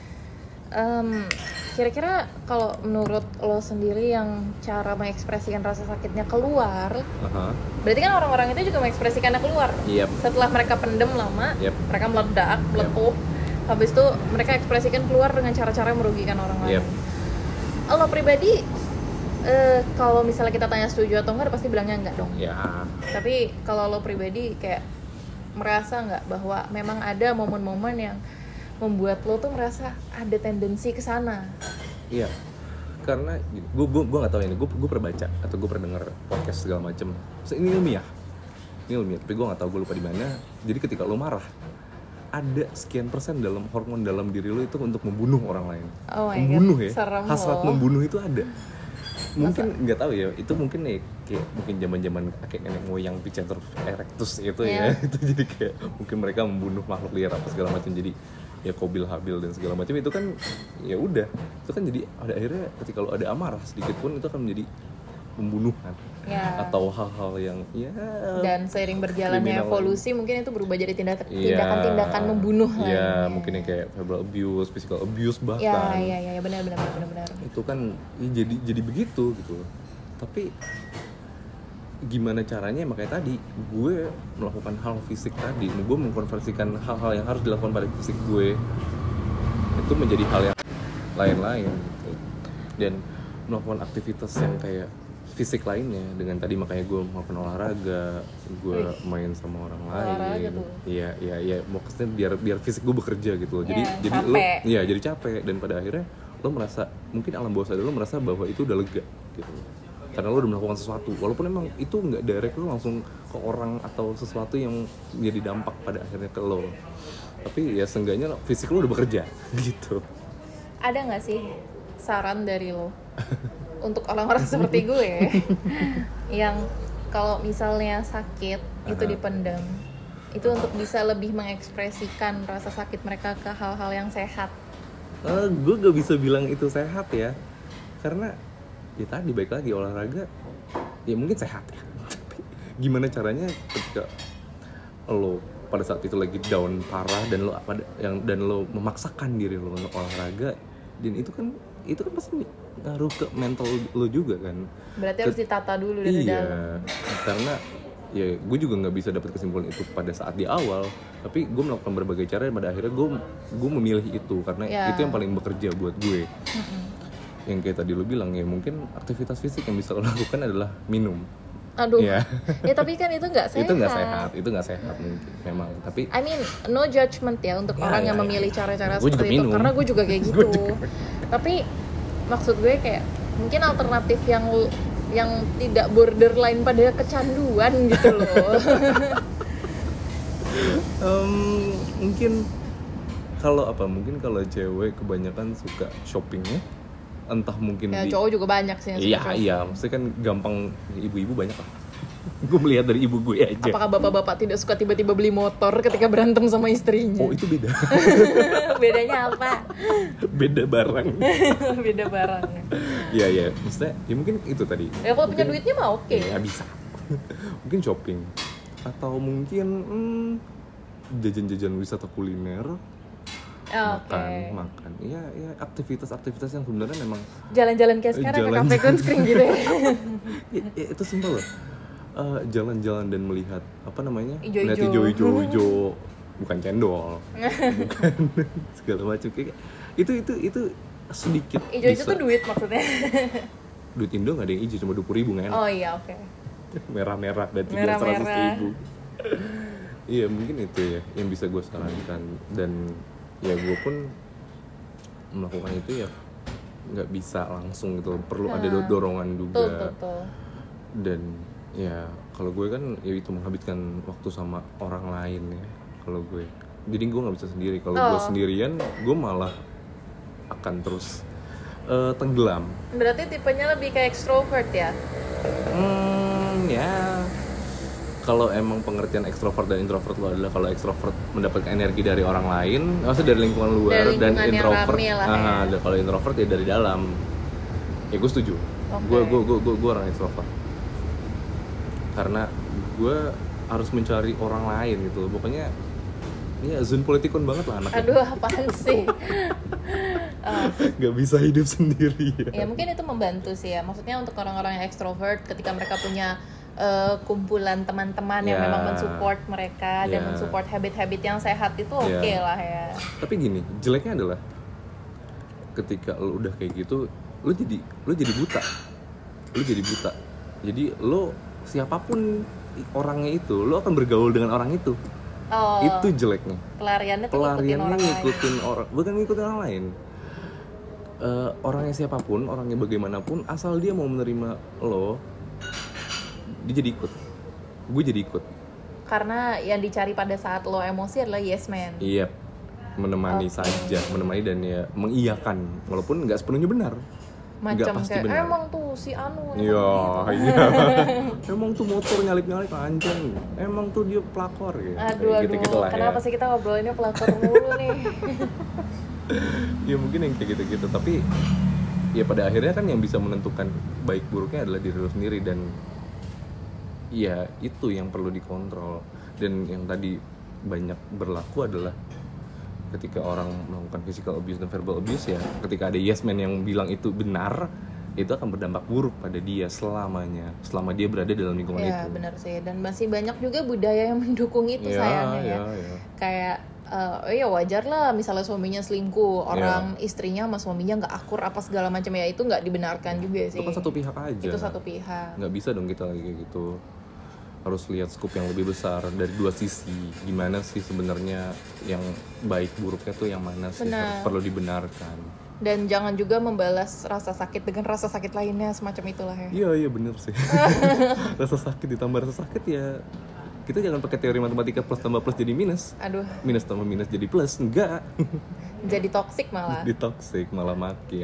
Kira-kira kalau menurut lo sendiri yang cara mengekspresikan rasa sakitnya keluar, berarti kan orang-orang itu juga mengekspresikannya keluar. Setelah mereka pendem lama, mereka meletup, habis itu mereka ekspresikan keluar dengan cara-cara yang merugikan orang lain. Lo pribadi, kalau misalnya kita tanya setuju atau enggak, pasti bilangnya enggak dong. Tapi kalau lo pribadi kayak merasa nggak bahwa memang ada momen-momen yang membuat lo tuh merasa ada tendensi ke sana? Iya, karena gue nggak tahu ini, gue pernah baca atau gue pernah dengar podcast segala macem. Ini ilmiah. ini ilmiah tapi gue nggak tahu, gue lupa di mana. Jadi ketika lo marah, ada sekian persen dalam hormon dalam diri lo itu untuk membunuh orang lain. Membunuh ya, hasrat membunuh itu ada. Mungkin nggak tahu ya, itu mungkin ya kayak mungkin zaman kakek nenek moyang Pithecanthropus erectus itu ya. Itu jadi kayak mungkin mereka membunuh makhluk liar apa segala macam, jadi ya Qabil Habil dan segala macam itu kan ya udah, itu kan jadi ada akhirnya ketika lo ada amarah sedikit pun itu akan menjadi pembunuhan atau hal-hal yang dan seiring berjalannya evolusi mungkin itu berubah jadi tindakan-tindakan membunuh mungkin yang kayak verbal abuse, physical abuse bahkan benar itu kan jadi begitu gitu. Tapi gimana caranya, makanya tadi gue melakukan hal fisik tadi, gue mengkonversikan hal-hal yang harus dilakukan pada fisik gue itu menjadi hal yang lain-lain gitu. Dan melakukan aktivitas yang kayak fisik lainnya dengan tadi, makanya gue melakukan olahraga, gue main sama orang lain. Iya, maksudnya biar fisik gue bekerja gitu loh. Jadi lo jadi capek, dan pada akhirnya lo merasa, mungkin alam bawah sadar lo merasa bahwa itu udah lega gitu. Karena lo udah melakukan sesuatu, walaupun emang itu nggak direct lo langsung ke orang atau sesuatu yang jadi dampak pada akhirnya ke lo. Tapi ya seenggaknya fisik lo udah bekerja gitu. Ada nggak sih saran dari lo untuk orang-orang seperti gue yang kalau misalnya sakit itu dipendam, itu untuk bisa lebih mengekspresikan rasa sakit mereka ke hal-hal yang sehat? Gue gak bisa bilang itu sehat ya, karena ya tadi baik lagi olahraga ya mungkin sehat ya. Tapi gimana caranya ketika lo pada saat itu lagi down parah dan lo memaksakan diri lo untuk olahraga, dan itu kan pasti ngaruh ke mental lo juga kan. Berarti harus ditata dulu dari dalam. Karena ya gue juga nggak bisa dapat kesimpulan itu pada saat di awal, tapi gue melakukan berbagai cara dan pada akhirnya gue memilih itu karena itu yang paling bekerja buat gue. Yang kayak tadi lo bilang ya, mungkin aktivitas fisik yang bisa lo lakukan adalah minum. Aduh. Ya tapi kan itu nggak sehat. Itu nggak sehat mungkin memang. Tapi I mean no judgment ya untuk orang yang memilih cara-cara seperti itu, karena gue juga kayak gitu. Tapi maksud gue kayak mungkin alternatif yang tidak borderline pada kecanduan gitu loh. Mungkin kalau cewek kebanyakan suka shoppingnya, entah mungkin cowok juga banyak sih yang suka. Iya, maksudnya kan gampang, ibu-ibu banyak lah. Gue melihat dari ibu gue aja. Apakah bapak-bapak tidak suka tiba-tiba beli motor ketika berantem sama istrinya? Oh, itu beda. Bedanya apa? Beda barang. Beda barang. Iya, maksudnya ya mungkin itu tadi. Ya kalau punya duitnya mah oke. Ya bisa. Mungkin shopping atau mungkin jajan-jajan wisata kuliner. Makan. Ya aktivitas yang sebenarnya memang jalan-jalan kayak sekarang ke kafe Gunskring gitu ya. Ya itu simpel loh. Jalan-jalan dan melihat Ijo-ijo. Melihat ijo-ijo, bukan cendol, bukan segala macam kayak itu sedikit. Ijo-ijo tuh duit maksudnya. Duit Indo nggak ada yang ijo, cuma 20.000 nggak enak. Oh iya, oke. Merah-merah dan 300.000. Iya, mungkin itu ya yang bisa gue sarankan, dan ya gue pun melakukan itu ya nggak bisa langsung gitu, perlu ada dorongan juga. Betul. Dan ya kalau gue kan ya itu menghabiskan waktu sama orang lain ya kalau gue, jadi gue nggak bisa sendiri. Kalau gue sendirian gue malah akan terus tenggelam. Berarti tipenya lebih kayak extrovert ya? Ya kalau emang pengertian ekstrovert dan introvert lo adalah kalau ekstrovert mendapatkan energi dari orang lain, maksudnya dari lingkungan luar, dan introvert kalau introvert ya dari dalam. Ya gue setuju. Gue orang ekstrovert karena gue harus mencari orang lain gitu. Pokoknya ya zone politikon banget lah anaknya. Aduh, apaan sih? Gak bisa hidup sendiri ya mungkin itu membantu sih ya. Maksudnya untuk orang-orang yang ekstrovert, ketika mereka punya kumpulan teman-teman yang memang mensupport mereka dan mensupport habit-habit yang sehat, itu oke lah ya. Tapi gini, jeleknya adalah ketika lo udah kayak gitu, lo jadi buta. Jadi lo siapapun orangnya itu, lo akan bergaul dengan orang itu. Itu jeleknya. Pelariannya ngikutin orang, bukan ngikutin orang lain. Orangnya siapapun, orangnya bagaimanapun, asal dia mau menerima lo, dia jadi ikut. Gue jadi ikut. karena yang dicari pada saat lo emosi adalah yes man. Iya, menemani saja, menemani dan ya mengiyakan, walaupun nggak sepenuhnya benar. Macam pasti kayak benar. emang tuh si Anu Iya, gitu. iya. Emang tuh motor nyalip-nyalip anjing. Emang tuh dia pelakor gitu. Aduh, Gitu-gitu lah kenapa ya. sih kita ngobrolinnya pelakor mulu nih? Ya mungkin yang kayak gitu-gitu, tapi ya pada akhirnya kan yang bisa menentukan baik buruknya adalah diri lo sendiri, dan ya itu yang perlu dikontrol. Dan yang tadi banyak berlaku adalah ketika orang melakukan physical abuse dan verbal abuse, ya ketika ada yes man yang bilang itu benar, itu akan berdampak buruk pada dia selamanya, selama dia berada dalam lingkungan itu. Ya benar sih, dan masih banyak juga budaya yang mendukung itu sayangnya ya. Kayak ya wajar lah misalnya suaminya selingkuh, orang istrinya sama suaminya nggak akur apa segala macam, ya itu nggak dibenarkan juga sih. Itu kan satu pihak aja. Itu satu pihak. Nggak bisa dong kita lagi kayak gitu. Harus lihat skup yang lebih besar dari dua sisi. Gimana sih sebenarnya yang baik buruknya tuh yang mana sih, harus perlu dibenarkan. Dan jangan juga membalas rasa sakit dengan rasa sakit lainnya, semacam itulah ya. Iya bener sih. Rasa sakit ditambah rasa sakit, ya kita jangan pakai teori matematika plus tambah plus jadi minus. Aduh. Minus tambah minus jadi plus, enggak. Jadi toksik malah. Jadi toksik malah makin.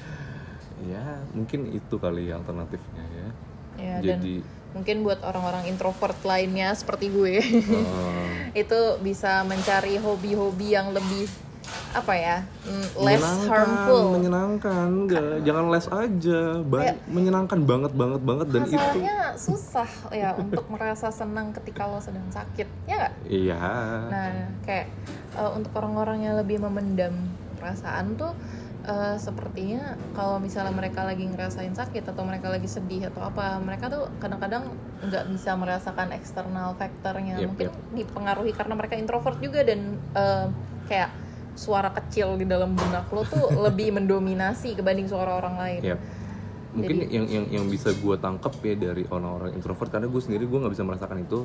Ya mungkin itu kali alternatifnya ya. Ya, jadi dan mungkin buat orang-orang introvert lainnya seperti gue, itu bisa mencari hobi-hobi yang lebih apa ya, less harmful. Menyenangkan, enggak, jangan less aja, menyenangkan banget dan masalahnya itu susah ya untuk merasa senang ketika lo sedang sakit, ya nggak? Iya. Nah, kayak untuk orang-orang yang lebih memendam perasaan tuh, sepertinya kalau misalnya mereka lagi ngerasain sakit atau mereka lagi sedih atau apa, mereka tuh kadang-kadang nggak bisa merasakan external factornya. Mungkin dipengaruhi karena mereka introvert juga, dan kayak suara kecil di dalam benak lo tuh lebih mendominasi kebanding suara orang lain. Mungkin jadi, yang bisa gue tangkap ya dari orang-orang introvert, karena gue sendiri gue nggak bisa merasakan itu.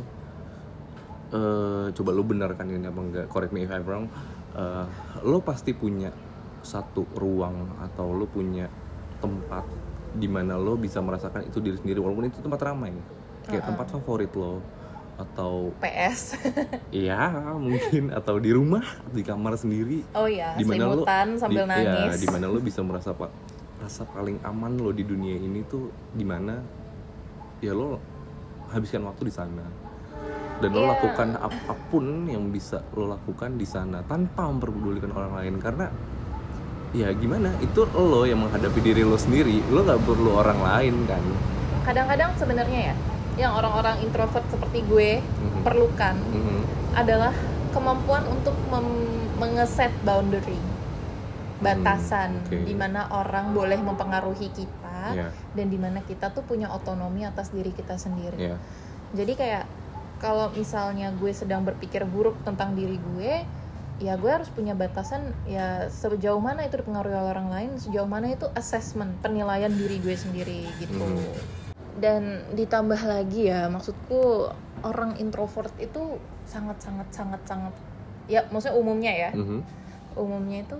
Coba lo benarkan ini apa enggak, correct me if I'm wrong. Lo pasti punya satu ruang atau lo punya tempat di mana lo bisa merasakan itu diri sendiri, walaupun itu tempat ramai, kayak tempat favorit lo atau PS. Iya mungkin, atau di rumah di kamar sendiri. Oh iya, selimutan sambil nangis. Iya, di mana lo bisa merasa rasa paling aman lo di dunia ini tuh di mana ya lo habiskan waktu di sana. Dan lo lakukan apapun yang bisa lo lakukan di sana tanpa memperdulikan orang lain, karena ya gimana, itu lo yang menghadapi diri lo sendiri, lo nggak perlu orang lain kan. Kadang-kadang sebenarnya ya, yang orang-orang introvert seperti gue perlukan adalah kemampuan untuk mengeset boundary, batasan, di mana orang boleh mempengaruhi kita, dan di mana kita tuh punya otonomi atas diri kita sendiri. Jadi kayak kalau misalnya gue sedang berpikir buruk tentang diri gue, ya gue harus punya batasan, ya sejauh mana itu dipengaruhi oleh orang lain, sejauh mana itu assessment, penilaian diri gue sendiri gitu. Dan ditambah lagi ya, maksudku orang introvert itu sangat ya maksudnya umumnya ya, umumnya itu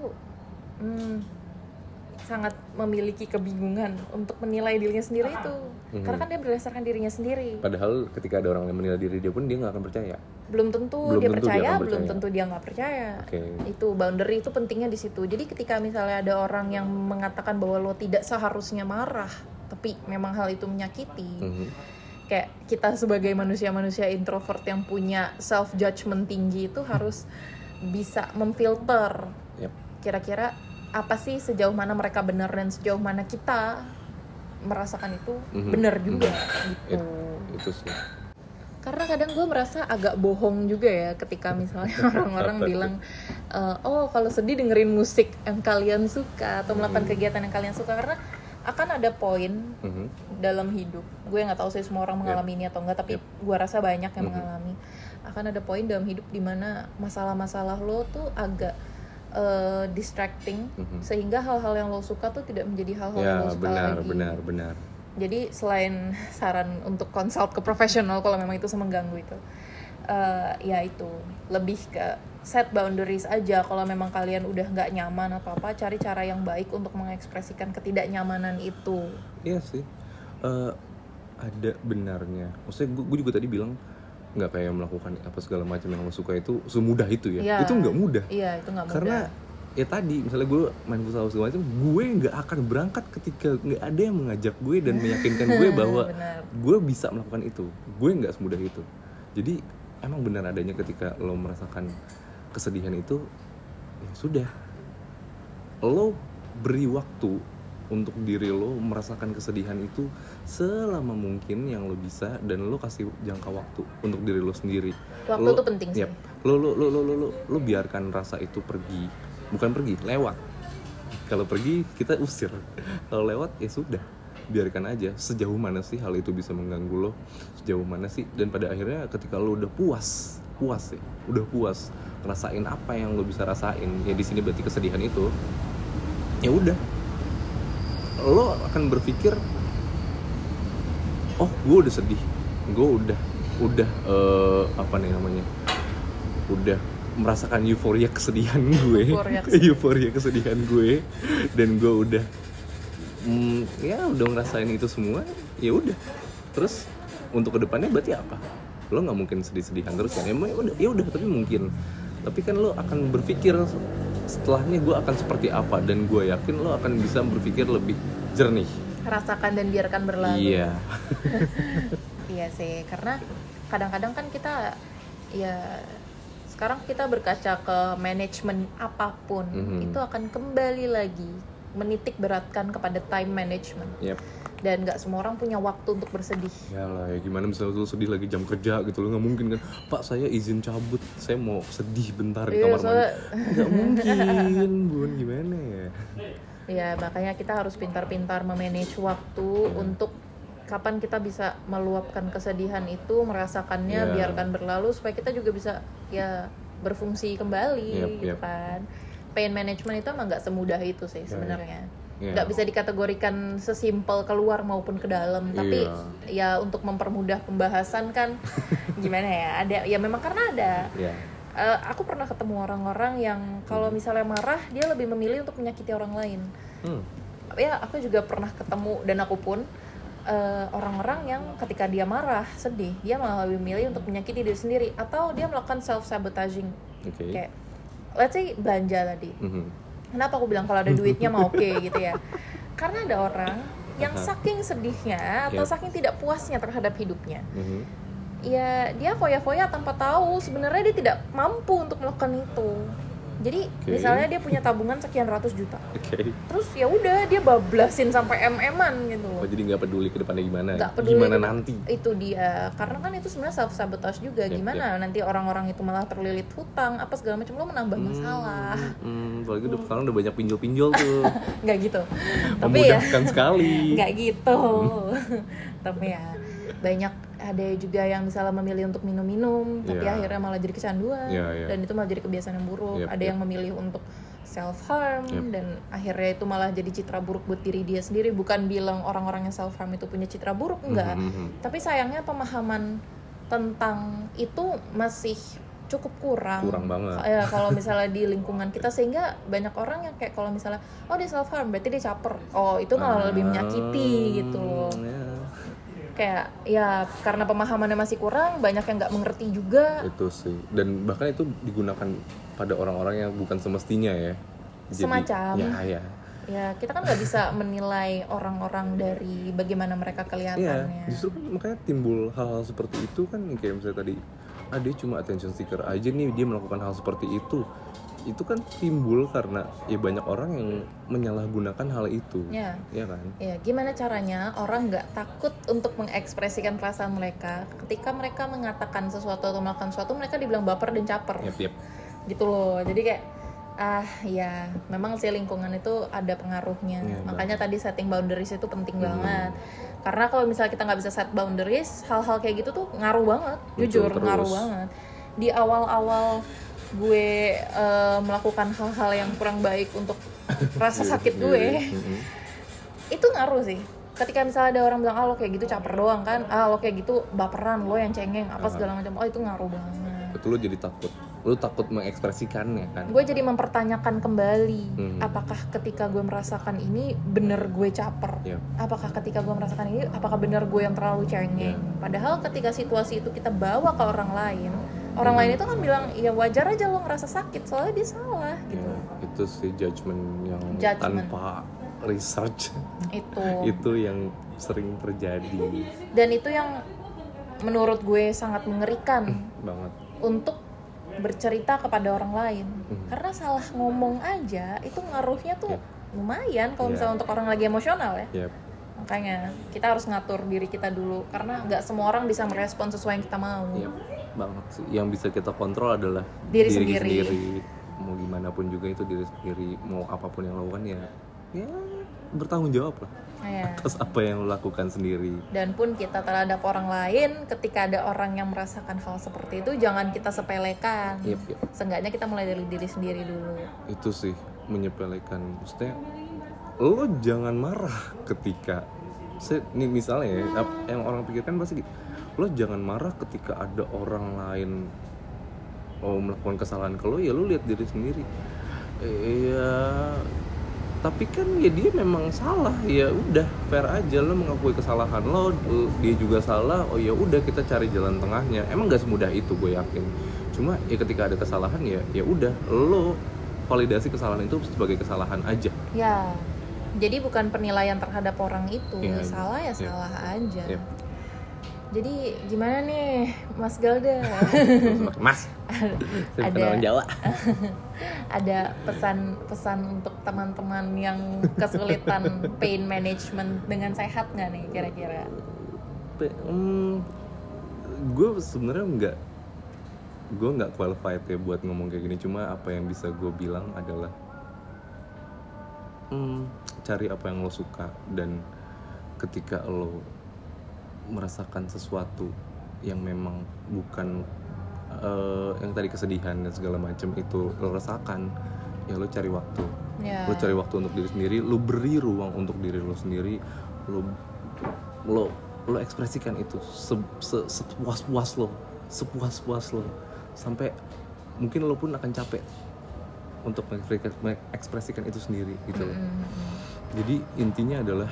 sangat memiliki kebingungan untuk menilai dirinya sendiri itu, karena kan dia berdasarkan dirinya sendiri. Padahal ketika ada orang yang menilai diri dia pun dia nggak akan percaya. Belum tentu dia percaya, belum tentu dia nggak percaya. Itu boundary itu pentingnya di situ. Jadi ketika misalnya ada orang yang mengatakan bahwa lo tidak seharusnya marah, tapi memang hal itu menyakiti, kayak kita sebagai manusia-manusia introvert yang punya self judgment tinggi itu harus bisa memfilter. Kira-kira apa sih, sejauh mana mereka benar dan sejauh mana kita merasakan itu benar juga gitu. Itu sih. Karena kadang gue merasa agak bohong juga ya ketika misalnya orang-orang bilang oh kalau sedih dengerin musik yang kalian suka atau melakukan kegiatan yang kalian suka, karena akan ada poin dalam hidup, gue nggak tahu sih semua orang mengalami ini atau enggak, tapi gue rasa banyak yang mengalami, akan ada poin dalam hidup dimana masalah-masalah lo tuh agak distracting, sehingga hal-hal yang lo suka tuh tidak menjadi hal-hal yang lo suka lagi. Benar. Jadi selain saran untuk consult ke profesional kalau memang itu mengganggu itu, ya itu lebih ke set boundaries aja. Kalau memang kalian udah nggak nyaman atau apa, cari cara yang baik untuk mengekspresikan ketidaknyamanan itu. Iya sih, ada benarnya. Maksudnya gue juga tadi bilang nggak kayak melakukan apa segala macam yang lo suka itu semudah itu ya. Iya. Itu nggak mudah. Iya, itu nggak mudah. Karena ya tadi misalnya gue main futsal segala macam, gue nggak akan berangkat ketika nggak ada yang mengajak gue dan meyakinkan gue bahwa Benar. gue bisa melakukan itu. Gue nggak semudah itu. Jadi emang benar adanya ketika lo merasakan kesedihan itu, ya sudah, lo beri waktu untuk diri lo merasakan kesedihan itu selama mungkin yang lo bisa, dan lo kasih jangka waktu untuk diri lo sendiri. Waktu itu penting sih. Yep, lo biarkan rasa itu pergi, bukan pergi, lewat. Kalau pergi kita usir, kalau lewat ya sudah, biarkan aja. Sejauh mana sih hal itu bisa mengganggu lo, sejauh mana sih, dan pada akhirnya ketika lo udah puas ya, udah puas ngerasain apa yang lo bisa rasain, ya di sini berarti kesedihan itu, ya udah, lo akan berpikir, oh gue udah sedih, gue udah apa nih namanya, udah merasakan euforia kesedihan gue, euforia kesedihan gue, dan gue udah ya udah ngerasain itu semua, ya udah. Terus untuk kedepannya berarti apa? Lo nggak mungkin sedih-sedihan terus kan? Ya udah, tapi kan lo akan berpikir setelahnya gue akan seperti apa, dan gue yakin lo akan bisa berpikir lebih jernih. Rasakan dan biarkan berlalu. Iya. Iya sih, karena kadang-kadang kan kita ya sekarang kita berkaca ke manajemen apapun, itu akan kembali lagi menitik beratkan kepada time management. Yep. Dan nggak semua orang punya waktu untuk bersedih. Yalah, ya gimana misalnya lo sedih lagi jam kerja gitu, lo nggak mungkin kan, Pak saya izin cabut, saya mau sedih bentar di kamar mandi. Nggak mungkin, Bun, gimana ya? Ya makanya kita harus pintar-pintar memanage waktu untuk kapan kita bisa meluapkan kesedihan itu, merasakannya, biarkan berlalu supaya kita juga bisa ya berfungsi kembali, gitu kan. Pain management itu emang nggak semudah itu sih sebenarnya. Nggak bisa dikategorikan sesimpel keluar maupun ke dalam, tapi ya untuk mempermudah pembahasan kan gimana ya, ada ya memang karena ada aku pernah ketemu orang-orang yang kalau misalnya marah dia lebih memilih untuk menyakiti orang lain. Ya aku juga pernah ketemu, dan aku pun orang-orang yang ketika dia marah, sedih, dia malah lebih memilih untuk menyakiti diri sendiri, atau dia melakukan self-sabotaging. Kayak let's say belanja tadi. Kenapa aku bilang kalau ada duitnya mah oke gitu ya? Karena ada orang yang saking sedihnya atau saking tidak puasnya terhadap hidupnya, ya dia foya-foya tanpa tahu sebenarnya dia tidak mampu untuk melakukan itu. Jadi misalnya dia punya tabungan sekian ratus juta, terus ya udah dia bablasin sampai MM-an gitu. Oh, jadi nggak peduli ke depannya gimana? Gimana nanti? Itu dia, karena kan itu sebenarnya self sabotage juga. Gimana nanti orang-orang itu malah terlilit hutang apa segala macam, lo menambah masalah. Apalagi sekarang udah banyak pinjol tuh. Nggak gitu. Tapi memudahkan sekali. Nggak gitu. Tapi ya banyak, ada juga yang misalnya memilih untuk minum-minum tapi akhirnya malah jadi kecanduan, dan itu malah jadi kebiasaan yang buruk. Ada yang memilih untuk self harm, dan akhirnya itu malah jadi citra buruk buat diri dia sendiri. Bukan bilang orang-orang yang self harm itu punya citra buruk, enggak, tapi sayangnya pemahaman tentang itu masih cukup kurang banget ya kalau misalnya di lingkungan kita, sehingga banyak orang yang kayak kalau misalnya oh dia self harm berarti dia caper, oh itu malah lebih menyakiti gitu loh. Kayak ya karena pemahamannya masih kurang, banyak yang nggak mengerti juga. Itu sih, dan bahkan itu digunakan pada orang-orang yang bukan semestinya ya. Jadi, semacam ya kita kan nggak bisa menilai orang-orang dari bagaimana mereka kelihatannya. Justru kan makanya timbul hal-hal seperti itu kan, kayak misalnya tadi dia cuma attention seeker aja nih, dia melakukan hal seperti itu kan timbul karena ya banyak orang yang menyalahgunakan hal itu. Ya kan? Ya, gimana caranya orang nggak takut untuk mengekspresikan perasaan mereka ketika mereka mengatakan sesuatu atau melakukan sesuatu, mereka dibilang baper dan caper. Gitu loh. Jadi kayak ya memang sih lingkungan itu ada pengaruhnya. Makanya tadi setting boundaries itu penting banget. Karena kalau misalnya kita nggak bisa set boundaries, hal-hal kayak gitu tuh ngaruh banget. Jujur ngaruh banget. Di awal-awal gue melakukan hal-hal yang kurang baik untuk rasa sakit gue, itu ngaruh sih. Ketika misalnya ada orang bilang lo kayak gitu caper doang kan, lo kayak gitu baperan, lo yang cengeng apa segala macam, itu ngaruh banget. Betul, lo jadi takut lu takut mengekspresikannya kan. Gue jadi mempertanyakan kembali, apakah ketika gue merasakan ini bener gue caper? Apakah ketika gue merasakan ini, apakah bener gue yang terlalu cengeng? Padahal ketika situasi itu kita bawa ke orang lain, orang lain itu kan bilang, ya wajar aja lo ngerasa sakit, soalnya dia salah gitu. Itu sih judgement yang tanpa research. Itu yang sering terjadi. Dan itu yang menurut gue sangat mengerikan banget untuk bercerita kepada orang lain. Karena salah ngomong aja itu ngaruhnya tuh lumayan kalau misalnya untuk orang lagi emosional ya. Makanya kita harus ngatur diri kita dulu, karena nggak semua orang bisa merespon sesuai yang kita mau. Banget sih. Yang bisa kita kontrol adalah diri sendiri. Mau gimana pun juga itu diri sendiri. Mau apapun yang lakukan ya bertanggung jawab lah atas apa yang lo lakukan sendiri. Dan pun kita terhadap orang lain, ketika ada orang yang merasakan hal seperti itu, jangan kita sepelekan. Seenggaknya kita mulai dari diri sendiri dulu. Itu sih, menyepelekan. Maksudnya lo jangan marah ketika nih misalnya ya, yang orang pikirkan pasti gitu, lo jangan marah ketika ada orang lain melakukan kesalahan ke lo, ya lo lihat diri sendiri. Tapi kan ya dia memang salah, ya udah fair aja, lo mengakui kesalahan lo, dia juga salah, oh ya udah kita cari jalan tengahnya. Emang nggak semudah itu, gue yakin. Cuma ya ketika ada kesalahan ya udah lo validasi kesalahan itu sebagai kesalahan aja. Jadi bukan penilaian terhadap orang itu, salah ya salah aja. Jadi gimana nih Mas Galda? Mas, ada Jawa. Ada pesan untuk teman-teman yang kesulitan pain management dengan sehat nggak nih kira-kira? Gue sebenarnya nggak qualified ya buat ngomong kayak gini. Cuma apa yang bisa gue bilang adalah cari apa yang lo suka, dan ketika lo merasakan sesuatu yang memang bukan yang tadi kesedihan dan segala macam itu lo rasakan, ya lo cari waktu. Lo cari waktu untuk diri sendiri, lo beri ruang untuk diri lo sendiri, lo ekspresikan itu sepuas-puas lo sampai mungkin lo pun akan capek untuk mengekspresikan itu sendiri gitu. Jadi intinya adalah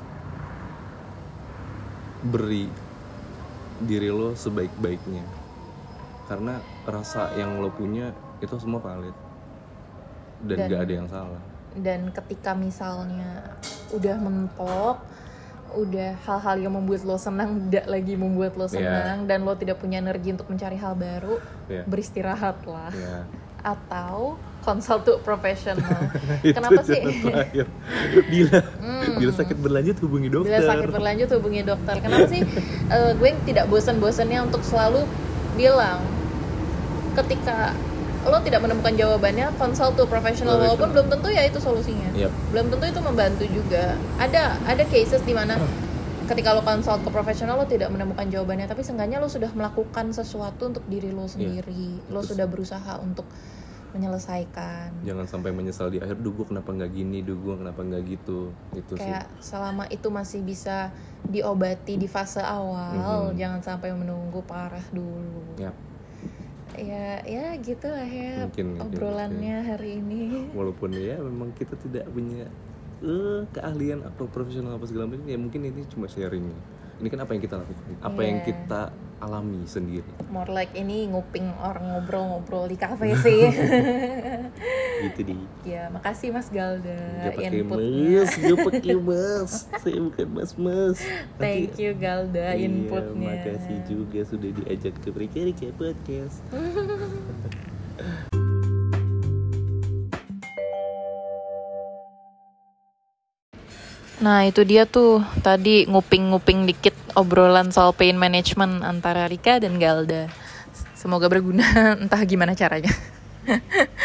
beri diri lo sebaik-baiknya, karena rasa yang lo punya itu semua valid dan gak ada yang salah. Dan ketika misalnya udah mentok, udah hal-hal yang membuat lo senang tidak lagi membuat lo senang, dan lo tidak punya energi untuk mencari hal baru, beristirahatlah. Atau consult to professional. Kenapa sih? Bila sakit berlanjut hubungi dokter. Bila sakit berlanjut hubungi dokter. Kenapa sih gue tidak bosan-bosannya untuk selalu bilang, ketika lo tidak menemukan jawabannya, consult to professional. Walaupun belum tentu ya itu solusinya. Belum tentu itu membantu juga. Ada cases di mana ketika lo consult ke profesional lo tidak menemukan jawabannya, tapi seenggaknya lo sudah melakukan sesuatu untuk diri lo sendiri. Lo sudah berusaha untuk menyelesaikan. Jangan sampai menyesal di akhir, gue kenapa nggak gini, gue kenapa nggak gitu. Itu kayak sih. Selama itu masih bisa diobati di fase awal, jangan sampai menunggu parah dulu. Ya gitulah ya mungkin, obrolannya hari ini. Walaupun ya memang kita tidak punya keahlian apa profesional apa segala macam, ya mungkin ini cuma sharing. Ini kan apa yang kita lakukan, apa yang kita alami sendiri. More like ini nguping orang ngobrol-ngobrol di kafe sih. Gitu deh. Ya, makasih Mas Galda inputnya. Gue pakai mas, saya bukan mas. Thank you Galda inputnya. Makasih juga sudah diajak ke Rika Podcast. Nah itu dia tuh tadi nguping-nguping dikit obrolan soal pain management antara Rika dan Galda. Semoga berguna, entah gimana caranya.